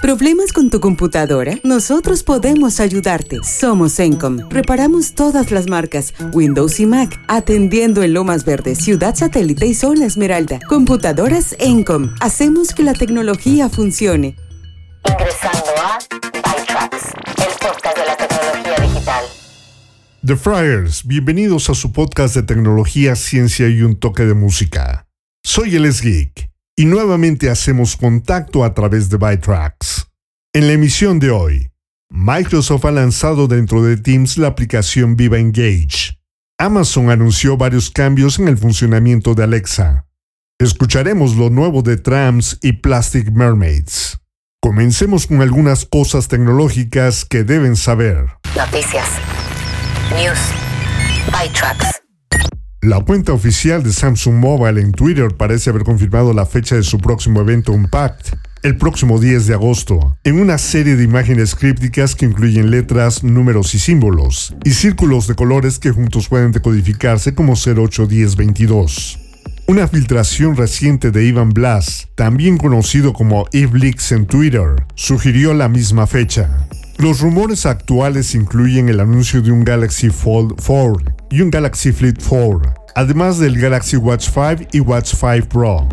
¿Problemas con tu computadora? Nosotros podemos ayudarte. Somos Encom. Reparamos todas las marcas, Windows y Mac, atendiendo en Lomas Verdes, Ciudad Satélite y Zona Esmeralda. Computadoras Encom. Hacemos que la tecnología funcione. Ingresando a ByTrax, el podcast de la tecnología digital. The Friars, bienvenidos a su podcast de tecnología, ciencia y un toque de música. Soy el Geek y nuevamente hacemos contacto a través de ByTrax. En la emisión de hoy, Microsoft ha lanzado dentro de Teams la aplicación Viva Engage. Amazon anunció varios cambios en el funcionamiento de Alexa. Escucharemos lo nuevo de Trams y Plastic Mermaids. Comencemos con algunas cosas tecnológicas que deben saber. Noticias. News. ByTrax. La cuenta oficial de Samsung Mobile en Twitter parece haber confirmado la fecha de su próximo evento Unpacked, el próximo 10 de agosto, en una serie de imágenes crípticas que incluyen letras, números y símbolos, y círculos de colores que juntos pueden decodificarse como 08, 10, 22. Una filtración reciente de Ivan Blass, también conocido como EveLeaks en Twitter, sugirió la misma fecha. Los rumores actuales incluyen el anuncio de un Galaxy Fold 4 y un Galaxy Flip 4, además del Galaxy Watch 5 y Watch 5 Pro.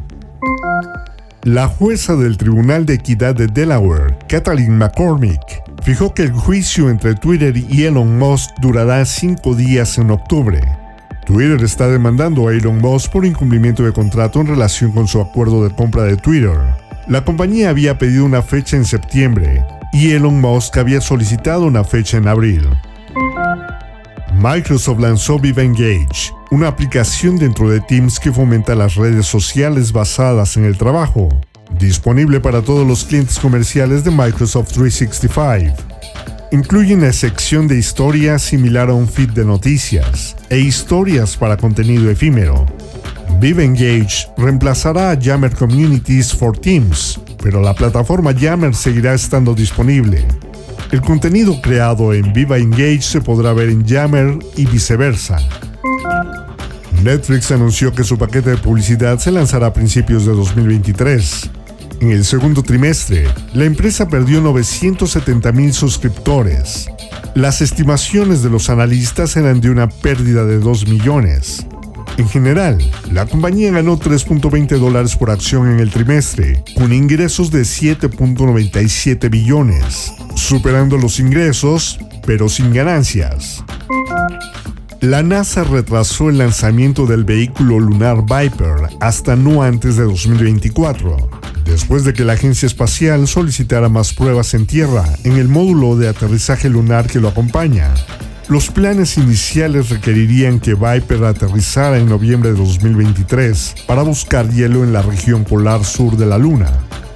La jueza del Tribunal de Equidad de Delaware, Kathleen McCormick, fijó que el juicio entre Twitter y Elon Musk durará 5 días en octubre. Twitter está demandando a Elon Musk por incumplimiento de contrato en relación con su acuerdo de compra de Twitter. La compañía había pedido una fecha en septiembre y Elon Musk había solicitado una fecha en abril. Microsoft lanzó Viva Engage, una aplicación dentro de Teams que fomenta las redes sociales basadas en el trabajo, disponible para todos los clientes comerciales de Microsoft 365. Incluye una sección de historias similar a un feed de noticias e historias para contenido efímero. Viva Engage reemplazará a Yammer Communities for Teams, pero la plataforma Yammer seguirá estando disponible. El contenido creado en Viva Engage se podrá ver en Yammer y viceversa. Netflix anunció que su paquete de publicidad se lanzará a principios de 2023. En el segundo trimestre, la empresa perdió 970,000 suscriptores. Las estimaciones de los analistas eran de una pérdida de 2 millones. En general, la compañía ganó $3.20 por acción en el trimestre, con ingresos de 7.97 billones, superando los ingresos, pero sin ganancias. La NASA retrasó el lanzamiento del vehículo lunar Viper hasta no antes de 2024, después de que la agencia espacial solicitara más pruebas en tierra en el módulo de aterrizaje lunar que lo acompaña. Los planes iniciales requerirían que Viper aterrizara en noviembre de 2023 para buscar hielo en la región polar sur de la Luna.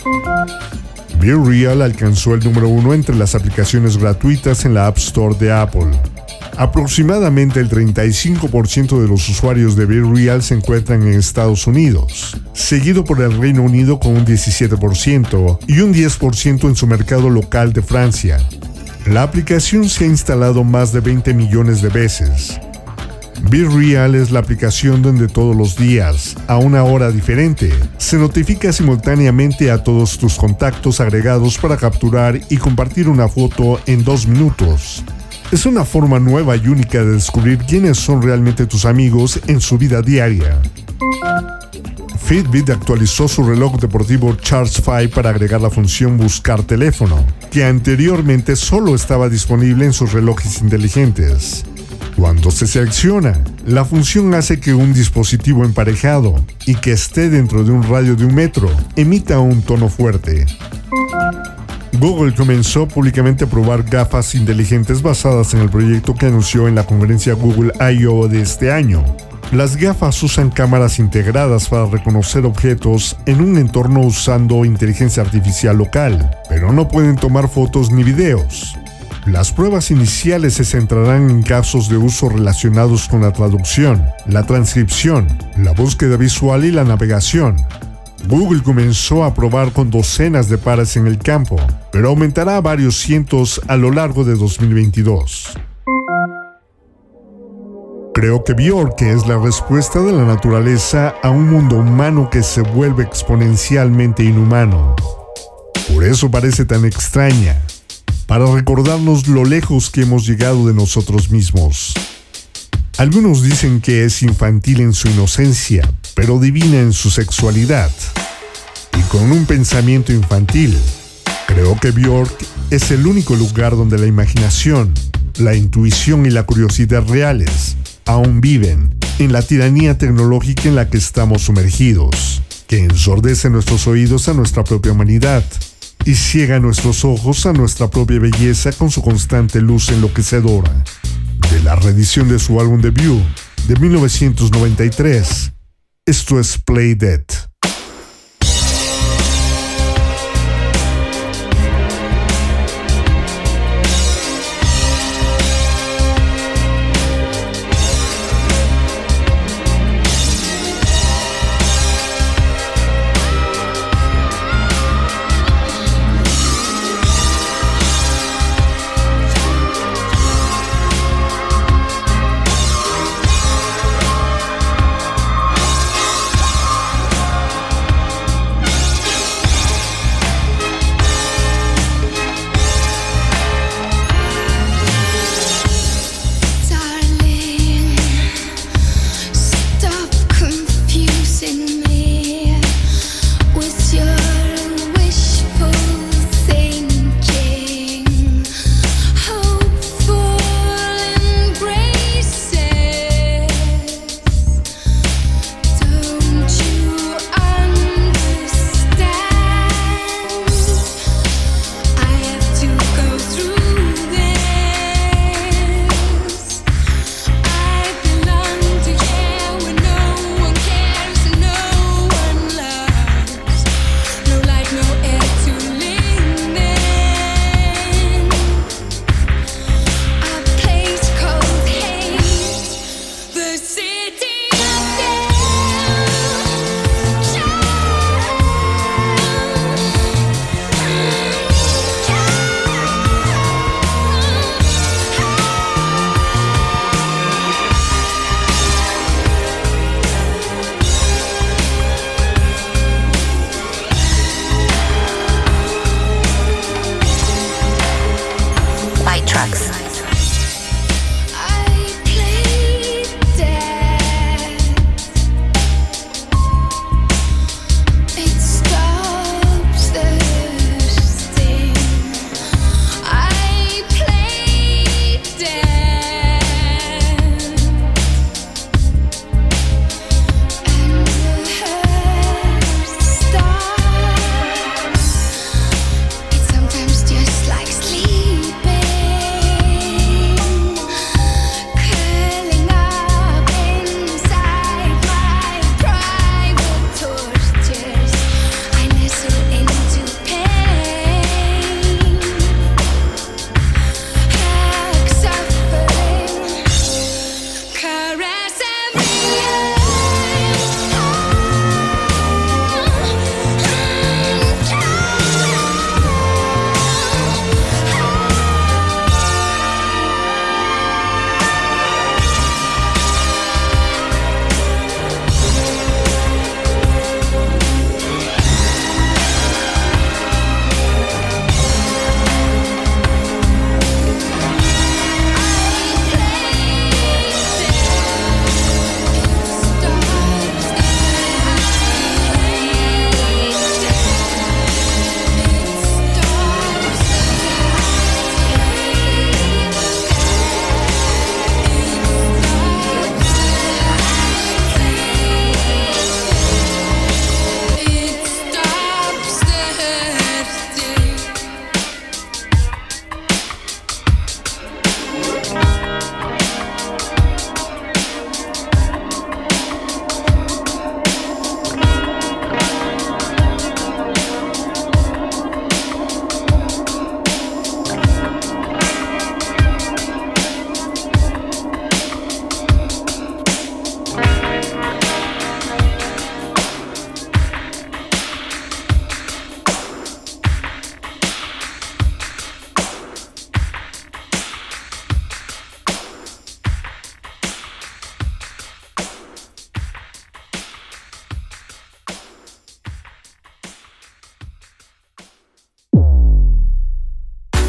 Be Real alcanzó el número 1 entre las aplicaciones gratuitas en la App Store de Apple. Aproximadamente el 35% de los usuarios de Be Real se encuentran en Estados Unidos, seguido por el Reino Unido con un 17% y un 10% en su mercado local de Francia. La aplicación se ha instalado más de 20 millones de veces. Be Real es la aplicación donde todos los días, a una hora diferente, se notifica simultáneamente a todos tus contactos agregados para capturar y compartir una foto en 2 minutos. Es una forma nueva y única de descubrir quiénes son realmente tus amigos en su vida diaria. Fitbit actualizó su reloj deportivo Charge 5 para agregar la función Buscar teléfono, que anteriormente solo estaba disponible en sus relojes inteligentes. Cuando se selecciona, la función hace que un dispositivo emparejado y que esté dentro de un radio de 1 metro emita un tono fuerte. Google comenzó públicamente a probar gafas inteligentes basadas en el proyecto que anunció en la conferencia Google I/O de este año. Las gafas usan cámaras integradas para reconocer objetos en un entorno usando inteligencia artificial local, pero no pueden tomar fotos ni videos. Las pruebas iniciales se centrarán en casos de uso relacionados con la traducción, la transcripción, la búsqueda visual y la navegación. Google comenzó a probar con docenas de pares en el campo, pero aumentará a varios cientos a lo largo de 2022. Creo que Björk es la respuesta de la naturaleza a un mundo humano que se vuelve exponencialmente inhumano. Por eso parece tan extraña, para recordarnos lo lejos que hemos llegado de nosotros mismos. Algunos dicen que es infantil en su inocencia, pero divina en su sexualidad. Y con un pensamiento infantil, creo que Björk es el único lugar donde la imaginación, la intuición y la curiosidad reales aún viven en la tiranía tecnológica en la que estamos sumergidos, que ensordece nuestros oídos a nuestra propia humanidad y ciega nuestros ojos a nuestra propia belleza con su constante luz enloquecedora. De la reedición de su álbum debut de 1993, esto es Play Dead.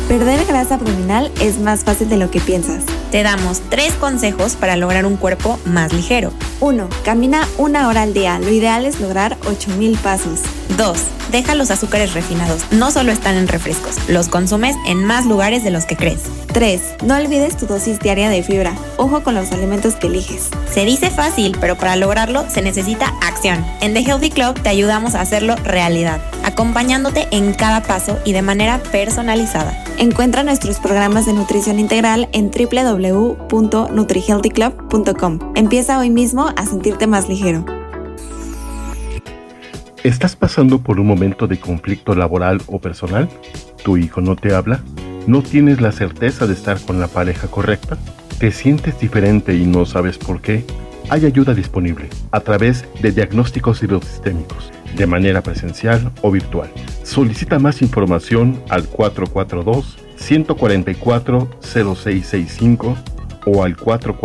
Perder grasa abdominal es más fácil de lo que piensas. Te damos 3 consejos para lograr un cuerpo más ligero. 1. Camina 1 hora al día. Lo ideal es lograr 8,000 pasos. 2. Deja los azúcares refinados. No solo están en refrescos, los consumes en más lugares de los que crees. 3. No olvides tu dosis diaria de fibra. Ojo con los alimentos que eliges. Se dice fácil, pero para lograrlo se necesita acción. En The Healthy Club te ayudamos a hacerlo realidad, acompañándote en cada paso y de manera personalizada. Encuentra nuestros programas de nutrición integral en www.nutrihealthyclub.com. Empieza hoy mismo a sentirte más ligero. ¿Estás pasando por un momento de conflicto laboral o personal? ¿Tu hijo no te habla? ¿No tienes la certeza de estar con la pareja correcta? ¿Te sientes diferente y no sabes por qué? Hay ayuda disponible a través de diagnósticos psicosistémicos, de manera presencial o virtual. Solicita más información al 442-144-0665 o al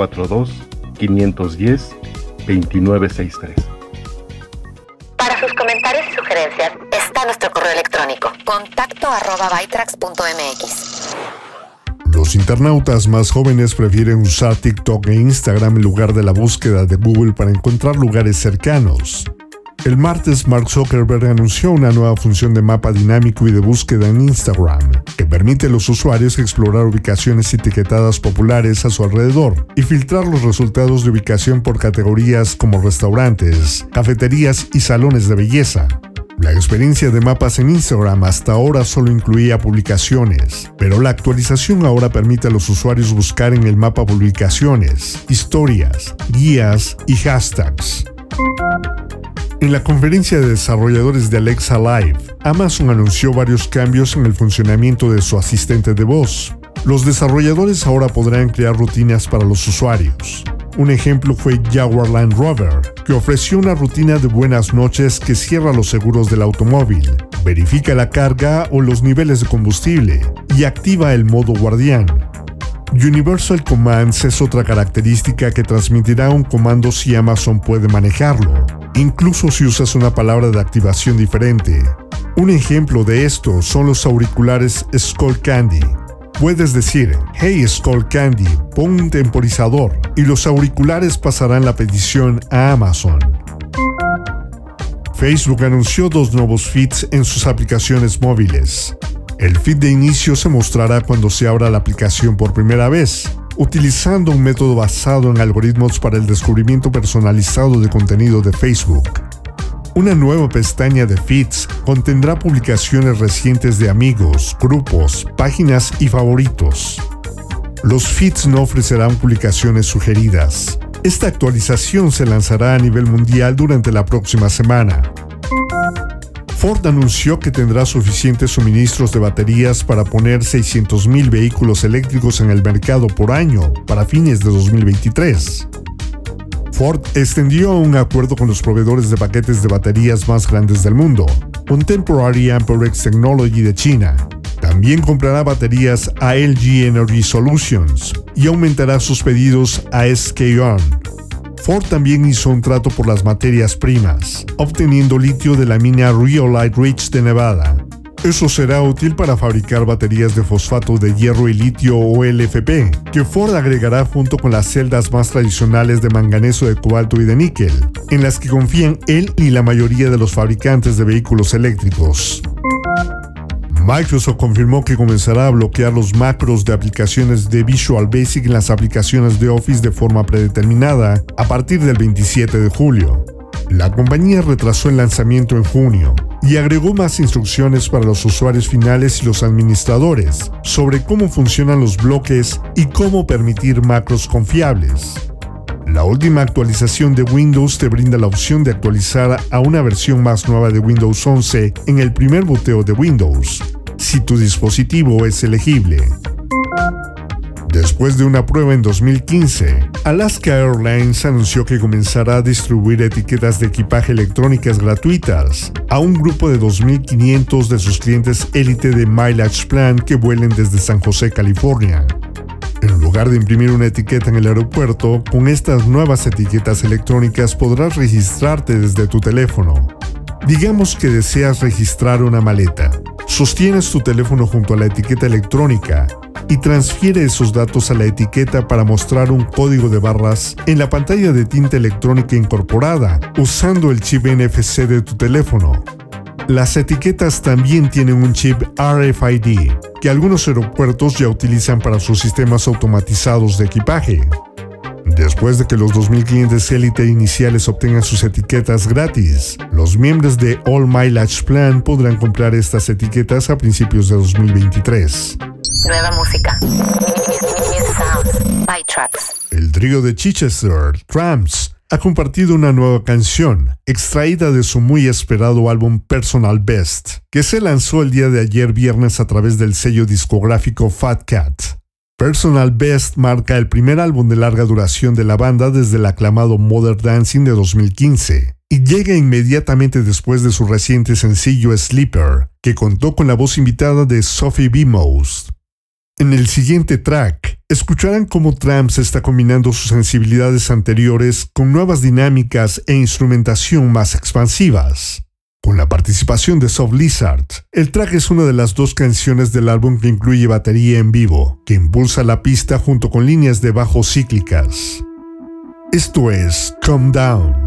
442-510-2963. Para sus comentarios y sugerencias está nuestro correo electrónico contacto@bytrax.mx. Los internautas más jóvenes prefieren usar TikTok e Instagram en lugar de la búsqueda de Google para encontrar lugares cercanos. El martes, Mark Zuckerberg anunció una nueva función de mapa dinámico y de búsqueda en Instagram, que permite a los usuarios explorar ubicaciones etiquetadas populares a su alrededor y filtrar los resultados de ubicación por categorías como restaurantes, cafeterías y salones de belleza. La experiencia de mapas en Instagram hasta ahora solo incluía publicaciones, pero la actualización ahora permite a los usuarios buscar en el mapa publicaciones, historias, guías y hashtags. En la conferencia de desarrolladores de Alexa Live, Amazon anunció varios cambios en el funcionamiento de su asistente de voz. Los desarrolladores ahora podrán crear rutinas para los usuarios. Un ejemplo fue Jaguar Land Rover, que ofreció una rutina de buenas noches que cierra los seguros del automóvil, verifica la carga o los niveles de combustible y activa el modo guardián. Universal Commands es otra característica que transmitirá un comando si Amazon puede manejarlo, incluso si usas una palabra de activación diferente. Un ejemplo de esto son los auriculares Skullcandy. Puedes decir, hey Skullcandy, pon un temporizador, y los auriculares pasarán la petición a Amazon. Facebook anunció 2 nuevos feeds en sus aplicaciones móviles. El feed de inicio se mostrará cuando se abra la aplicación por primera vez, utilizando un método basado en algoritmos para el descubrimiento personalizado de contenido de Facebook. Una nueva pestaña de feeds contendrá publicaciones recientes de amigos, grupos, páginas y favoritos. Los feeds no ofrecerán publicaciones sugeridas. Esta actualización se lanzará a nivel mundial durante la próxima semana. Ford anunció que tendrá suficientes suministros de baterías para poner 600,000 vehículos eléctricos en el mercado por año para fines de 2023. Ford extendió un acuerdo con los proveedores de paquetes de baterías más grandes del mundo, Contemporary Amperex Technology de China. También comprará baterías a LG Energy Solutions y aumentará sus pedidos a SK On. Ford también hizo un trato por las materias primas, obteniendo litio de la mina Rhyolite Ridge de Nevada. Eso será útil para fabricar baterías de fosfato de hierro y litio o LFP, que Ford agregará junto con las celdas más tradicionales de manganeso de cobalto y de níquel, en las que confían él y la mayoría de los fabricantes de vehículos eléctricos. Microsoft confirmó que comenzará a bloquear los macros de aplicaciones de Visual Basic en las aplicaciones de Office de forma predeterminada a partir del 27 de julio. La compañía retrasó el lanzamiento en junio y agregó más instrucciones para los usuarios finales y los administradores sobre cómo funcionan los bloques y cómo permitir macros confiables. La última actualización de Windows te brinda la opción de actualizar a una versión más nueva de Windows 11 en el primer boteo de Windows, si tu dispositivo es elegible. Después de una prueba en 2015, Alaska Airlines anunció que comenzará a distribuir etiquetas de equipaje electrónicas gratuitas a un grupo de 2.500 de sus clientes élite de Mileage Plan que vuelen desde San José, California. En lugar de imprimir una etiqueta en el aeropuerto, con estas nuevas etiquetas electrónicas podrás registrarte desde tu teléfono. Digamos que deseas registrar una maleta. Sostienes tu teléfono junto a la etiqueta electrónica y transfiere esos datos a la etiqueta para mostrar un código de barras en la pantalla de tinta electrónica incorporada usando el chip NFC de tu teléfono. Las etiquetas también tienen un chip RFID que algunos aeropuertos ya utilizan para sus sistemas automatizados de equipaje. Después de que los 2.000 clientes élite iniciales obtengan sus etiquetas gratis, los miembros de All Mileage Plan podrán comprar estas etiquetas a principios de 2023. Nueva música. New sounds by Tracks. El trío de Chichester, Tramps, ha compartido una nueva canción, extraída de su muy esperado álbum Personal Best, que se lanzó el día de ayer viernes a través del sello discográfico Fat Cat. Personal Best marca el primer álbum de larga duración de la banda desde el aclamado Modern Dancing de 2015 y llega inmediatamente después de su reciente sencillo Sleeper, que contó con la voz invitada de Sophie B. Most. En el siguiente track, escucharán cómo Tramps está combinando sus sensibilidades anteriores con nuevas dinámicas e instrumentación más expansivas. Con la participación de Soft Lizard, el track es una de las 2 canciones del álbum que incluye batería en vivo, que impulsa la pista junto con líneas de bajo cíclicas. Esto es Calm Down.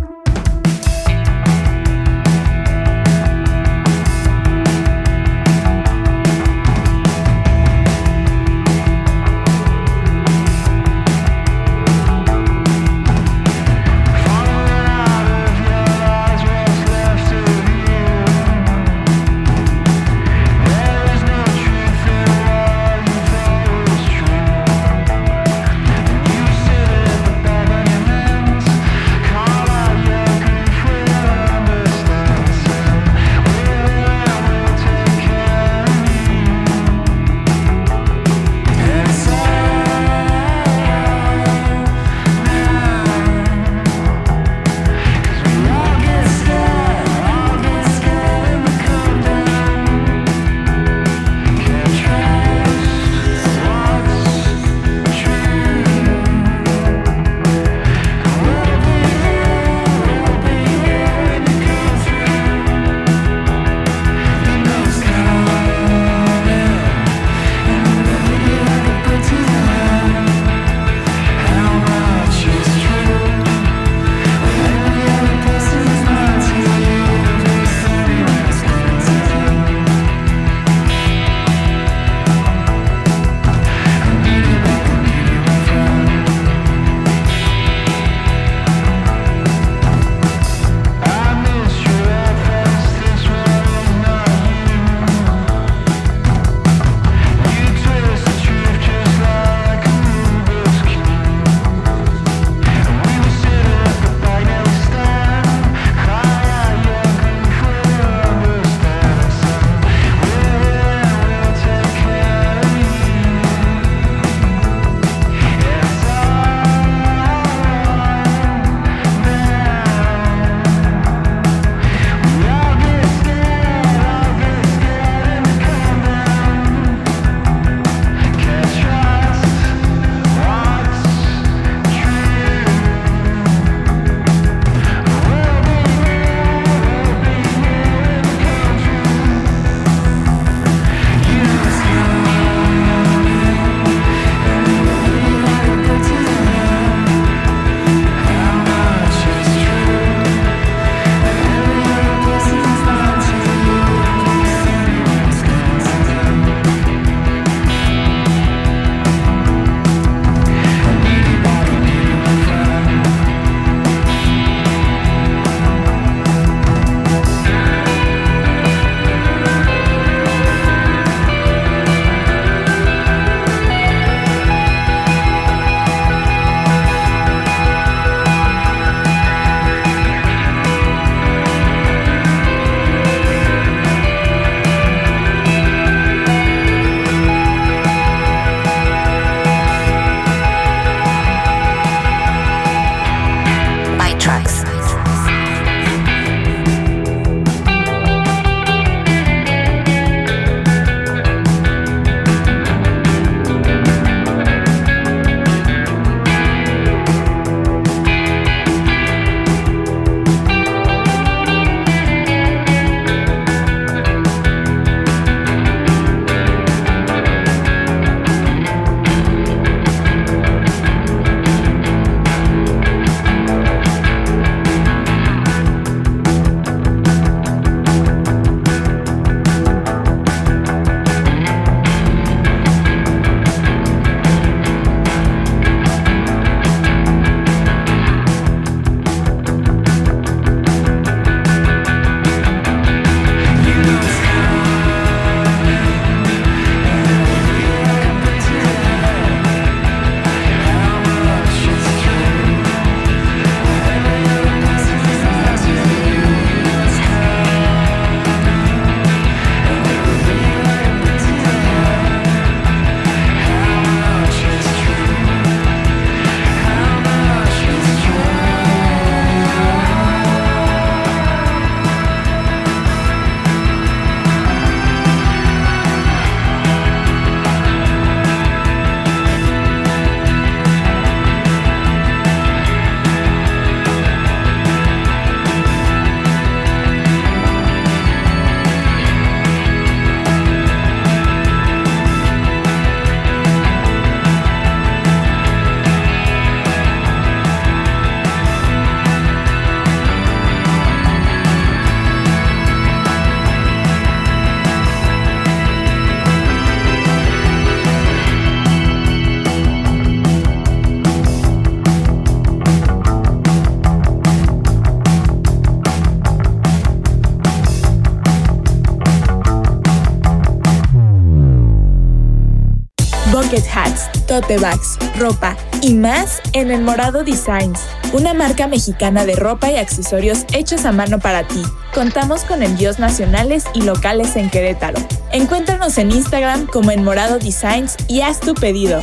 bucket hats, tote bags, ropa y más en El Morado Designs, una marca mexicana de ropa y accesorios hechos a mano para ti. Contamos con envíos nacionales y locales en Querétaro. Encuéntranos en Instagram como El Morado Designs y haz tu pedido.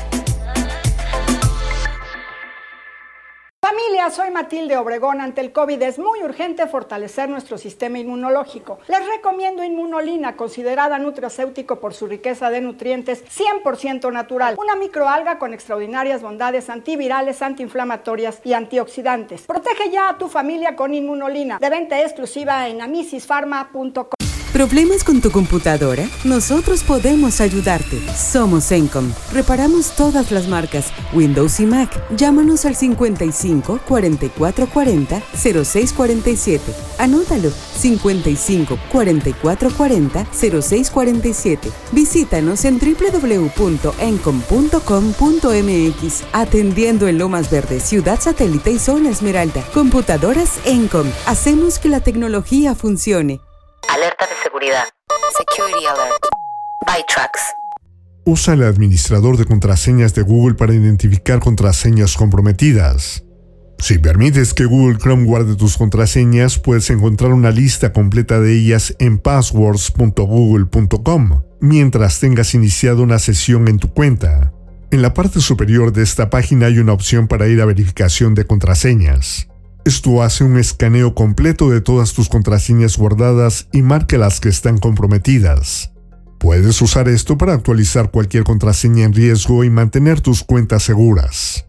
Familia, soy Matilde Obregón. Ante el COVID es muy urgente fortalecer nuestro sistema inmunológico. Les recomiendo Inmunolina, considerada nutracéutico por su riqueza de nutrientes 100% natural. Una microalga con extraordinarias bondades antivirales, antiinflamatorias y antioxidantes. Protege ya a tu familia con Inmunolina. De venta exclusiva en amisisfarma.com. ¿Problemas con tu computadora? Nosotros podemos ayudarte. Somos Encom. Reparamos todas las marcas, Windows y Mac. Llámanos al 55 44 40 06 47. Anótalo, 55 44 40 06 47. Visítanos en www.encom.com.mx. Atendiendo en Lomas Verdes, Ciudad Satélite y Zona Esmeralda. Computadoras Encom. Hacemos que la tecnología funcione. Alerta de seguridad. Security alert. ByTrax. Usa el administrador de contraseñas de Google para identificar contraseñas comprometidas. Si permites que Google Chrome guarde tus contraseñas, puedes encontrar una lista completa de ellas en passwords.google.com mientras tengas iniciado una sesión en tu cuenta. En la parte superior de esta página hay una opción para ir a verificación de contraseñas. Esto hace un escaneo completo de todas tus contraseñas guardadas y marca las que están comprometidas. Puedes usar esto para actualizar cualquier contraseña en riesgo y mantener tus cuentas seguras.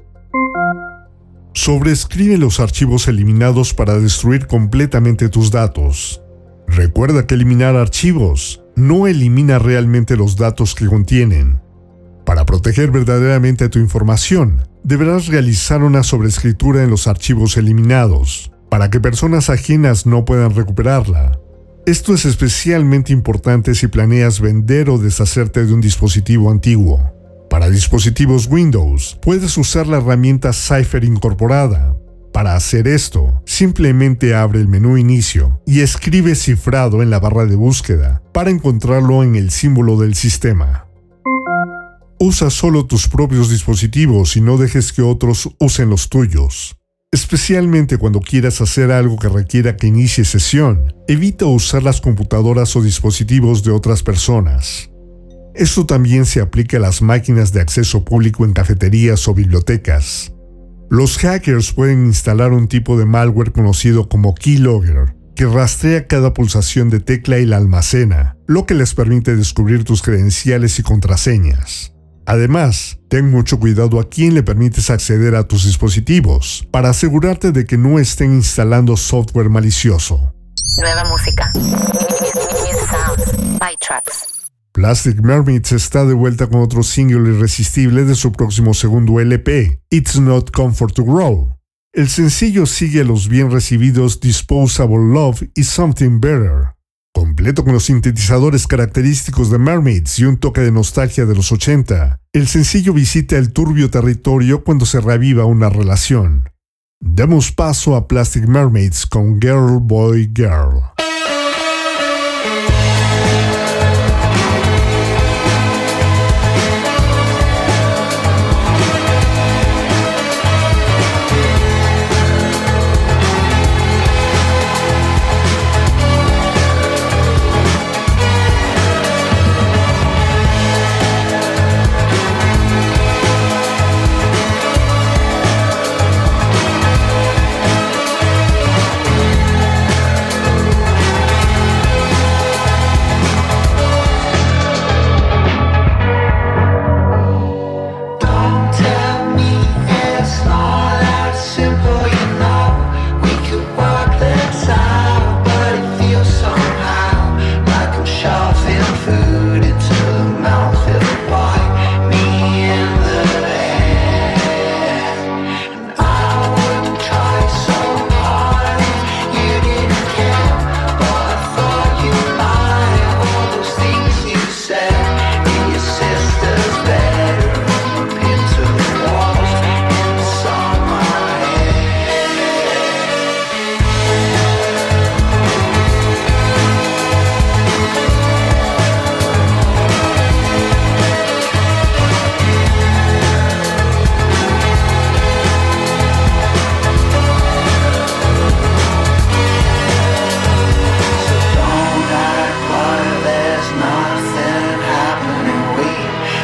Sobreescribe los archivos eliminados para destruir completamente tus datos. Recuerda que eliminar archivos no elimina realmente los datos que contienen. Para proteger verdaderamente tu información, deberás realizar una sobreescritura en los archivos eliminados, para que personas ajenas no puedan recuperarla. Esto es especialmente importante si planeas vender o deshacerte de un dispositivo antiguo. Para dispositivos Windows, puedes usar la herramienta Cypher incorporada. Para hacer esto, simplemente abre el menú Inicio y escribe cifrado en la barra de búsqueda para encontrarlo en el símbolo del sistema. Usa solo tus propios dispositivos y no dejes que otros usen los tuyos. Especialmente cuando quieras hacer algo que requiera que inicie sesión, evita usar las computadoras o dispositivos de otras personas. Esto también se aplica a las máquinas de acceso público en cafeterías o bibliotecas. Los hackers pueden instalar un tipo de malware conocido como keylogger, que rastrea cada pulsación de tecla y la almacena, lo que les permite descubrir tus credenciales y contraseñas. Además, ten mucho cuidado a quién le permites acceder a tus dispositivos, para asegurarte de que no estén instalando software malicioso. Nueva música. New sounds. ByTrax. Plastic Mermaids está de vuelta con otro single irresistible de su próximo segundo LP, It's Not Comfort to Grow. El sencillo sigue a los bien recibidos Disposable Love y Something Better. Completo con los sintetizadores característicos de Mermaids y un toque de nostalgia de los 80, el sencillo visita el turbio territorio cuando se reaviva una relación. Demos paso a Plastic Mermaids con Girl Boy Girl.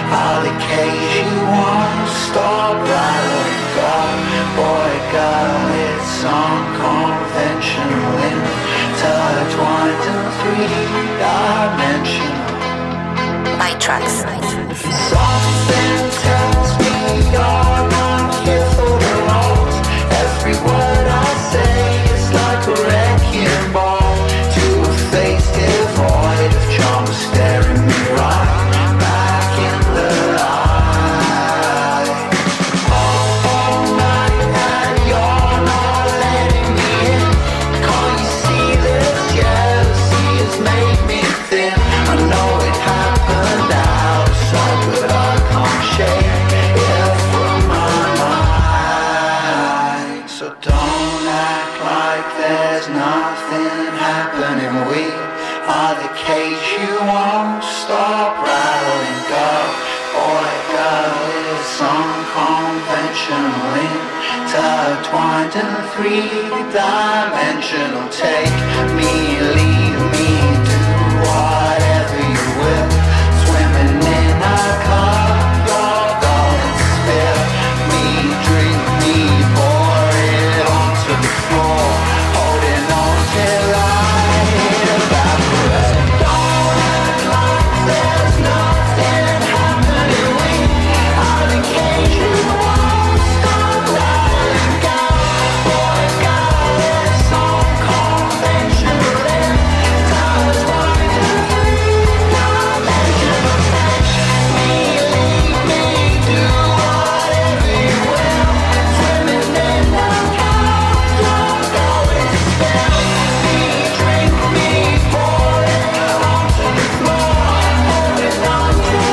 I'll cage you won't stop rattling. Boy, girl, it's unconventional, intertwined in three-dimensional. Bite Tracks. Something tells me you're not here for the roles. Every word I say is like a wrecking ball to a face devoid of charm, staring me right back in the eye. All night and you're not letting me in. Can't you see this jealousy has made me thin? I know it happened outside, but I can't shake it from my mind. So don't act like there's nothing happening. We are the cage you won't stop rattling. Boy, girl, it's unconventional, intertwined in three-dimensional. Take me, leave me, do whatever you will. Swimming in a cup, you're going to spill me, drink me, pour it onto the floor, holding on till I evaporate. Don't act like there's nothing happening. We are the cage you won't stop rattling. Boy, girl, it's unconventional, intertwined in three-dimensional. Take me, leave me, do whatever you will. Swimming in the cup, you're going to spill me, drink me, pour it onto the floor, holding on till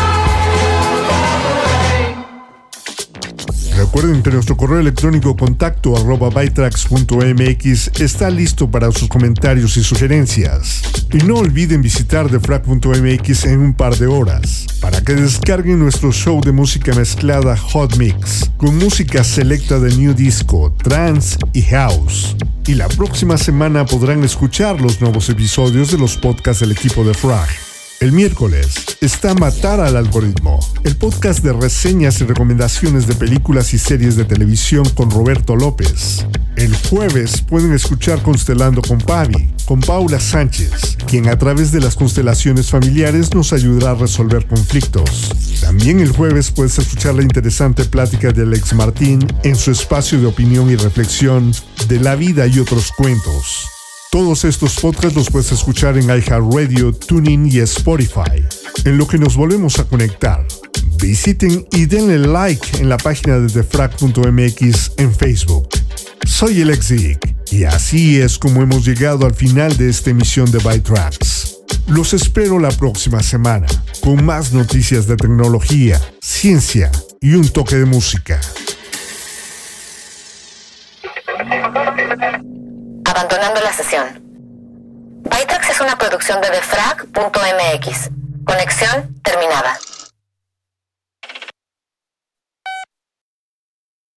I evaporate. Recuerden que nuestro correo electrónico contacto@bytrax.mx está listo para sus comentarios y sugerencias. Y no olviden visitar thefrag.mx en un par de horas para que descarguen nuestro show de música mezclada Hot Mix con música selecta de New Disco, Trance y House. Y la próxima semana podrán escuchar los nuevos episodios de los podcasts del equipo de Frag. El miércoles está Matar al Algoritmo, el podcast de reseñas y recomendaciones de películas y series de televisión con Roberto López. El jueves pueden escuchar Constelando con Pavi, con Paula Sánchez, quien a través de las constelaciones familiares nos ayudará a resolver conflictos. También el jueves puedes escuchar la interesante plática de Alex Martín en su espacio de opinión y reflexión de la vida y otros cuentos. Todos estos podcasts los puedes escuchar en iHeartRadio, TuneIn y Spotify. En lo que nos volvemos a conectar, visiten y denle like en la página de thefrag.mx en Facebook. Soy el Exig y así es como hemos llegado al final de esta emisión de Bite Tracks. Los espero la próxima semana con más noticias de tecnología, ciencia y un toque de música. Abandonando la sesión. Bite Tracks es una producción de thefrag.mx. Conexión terminada.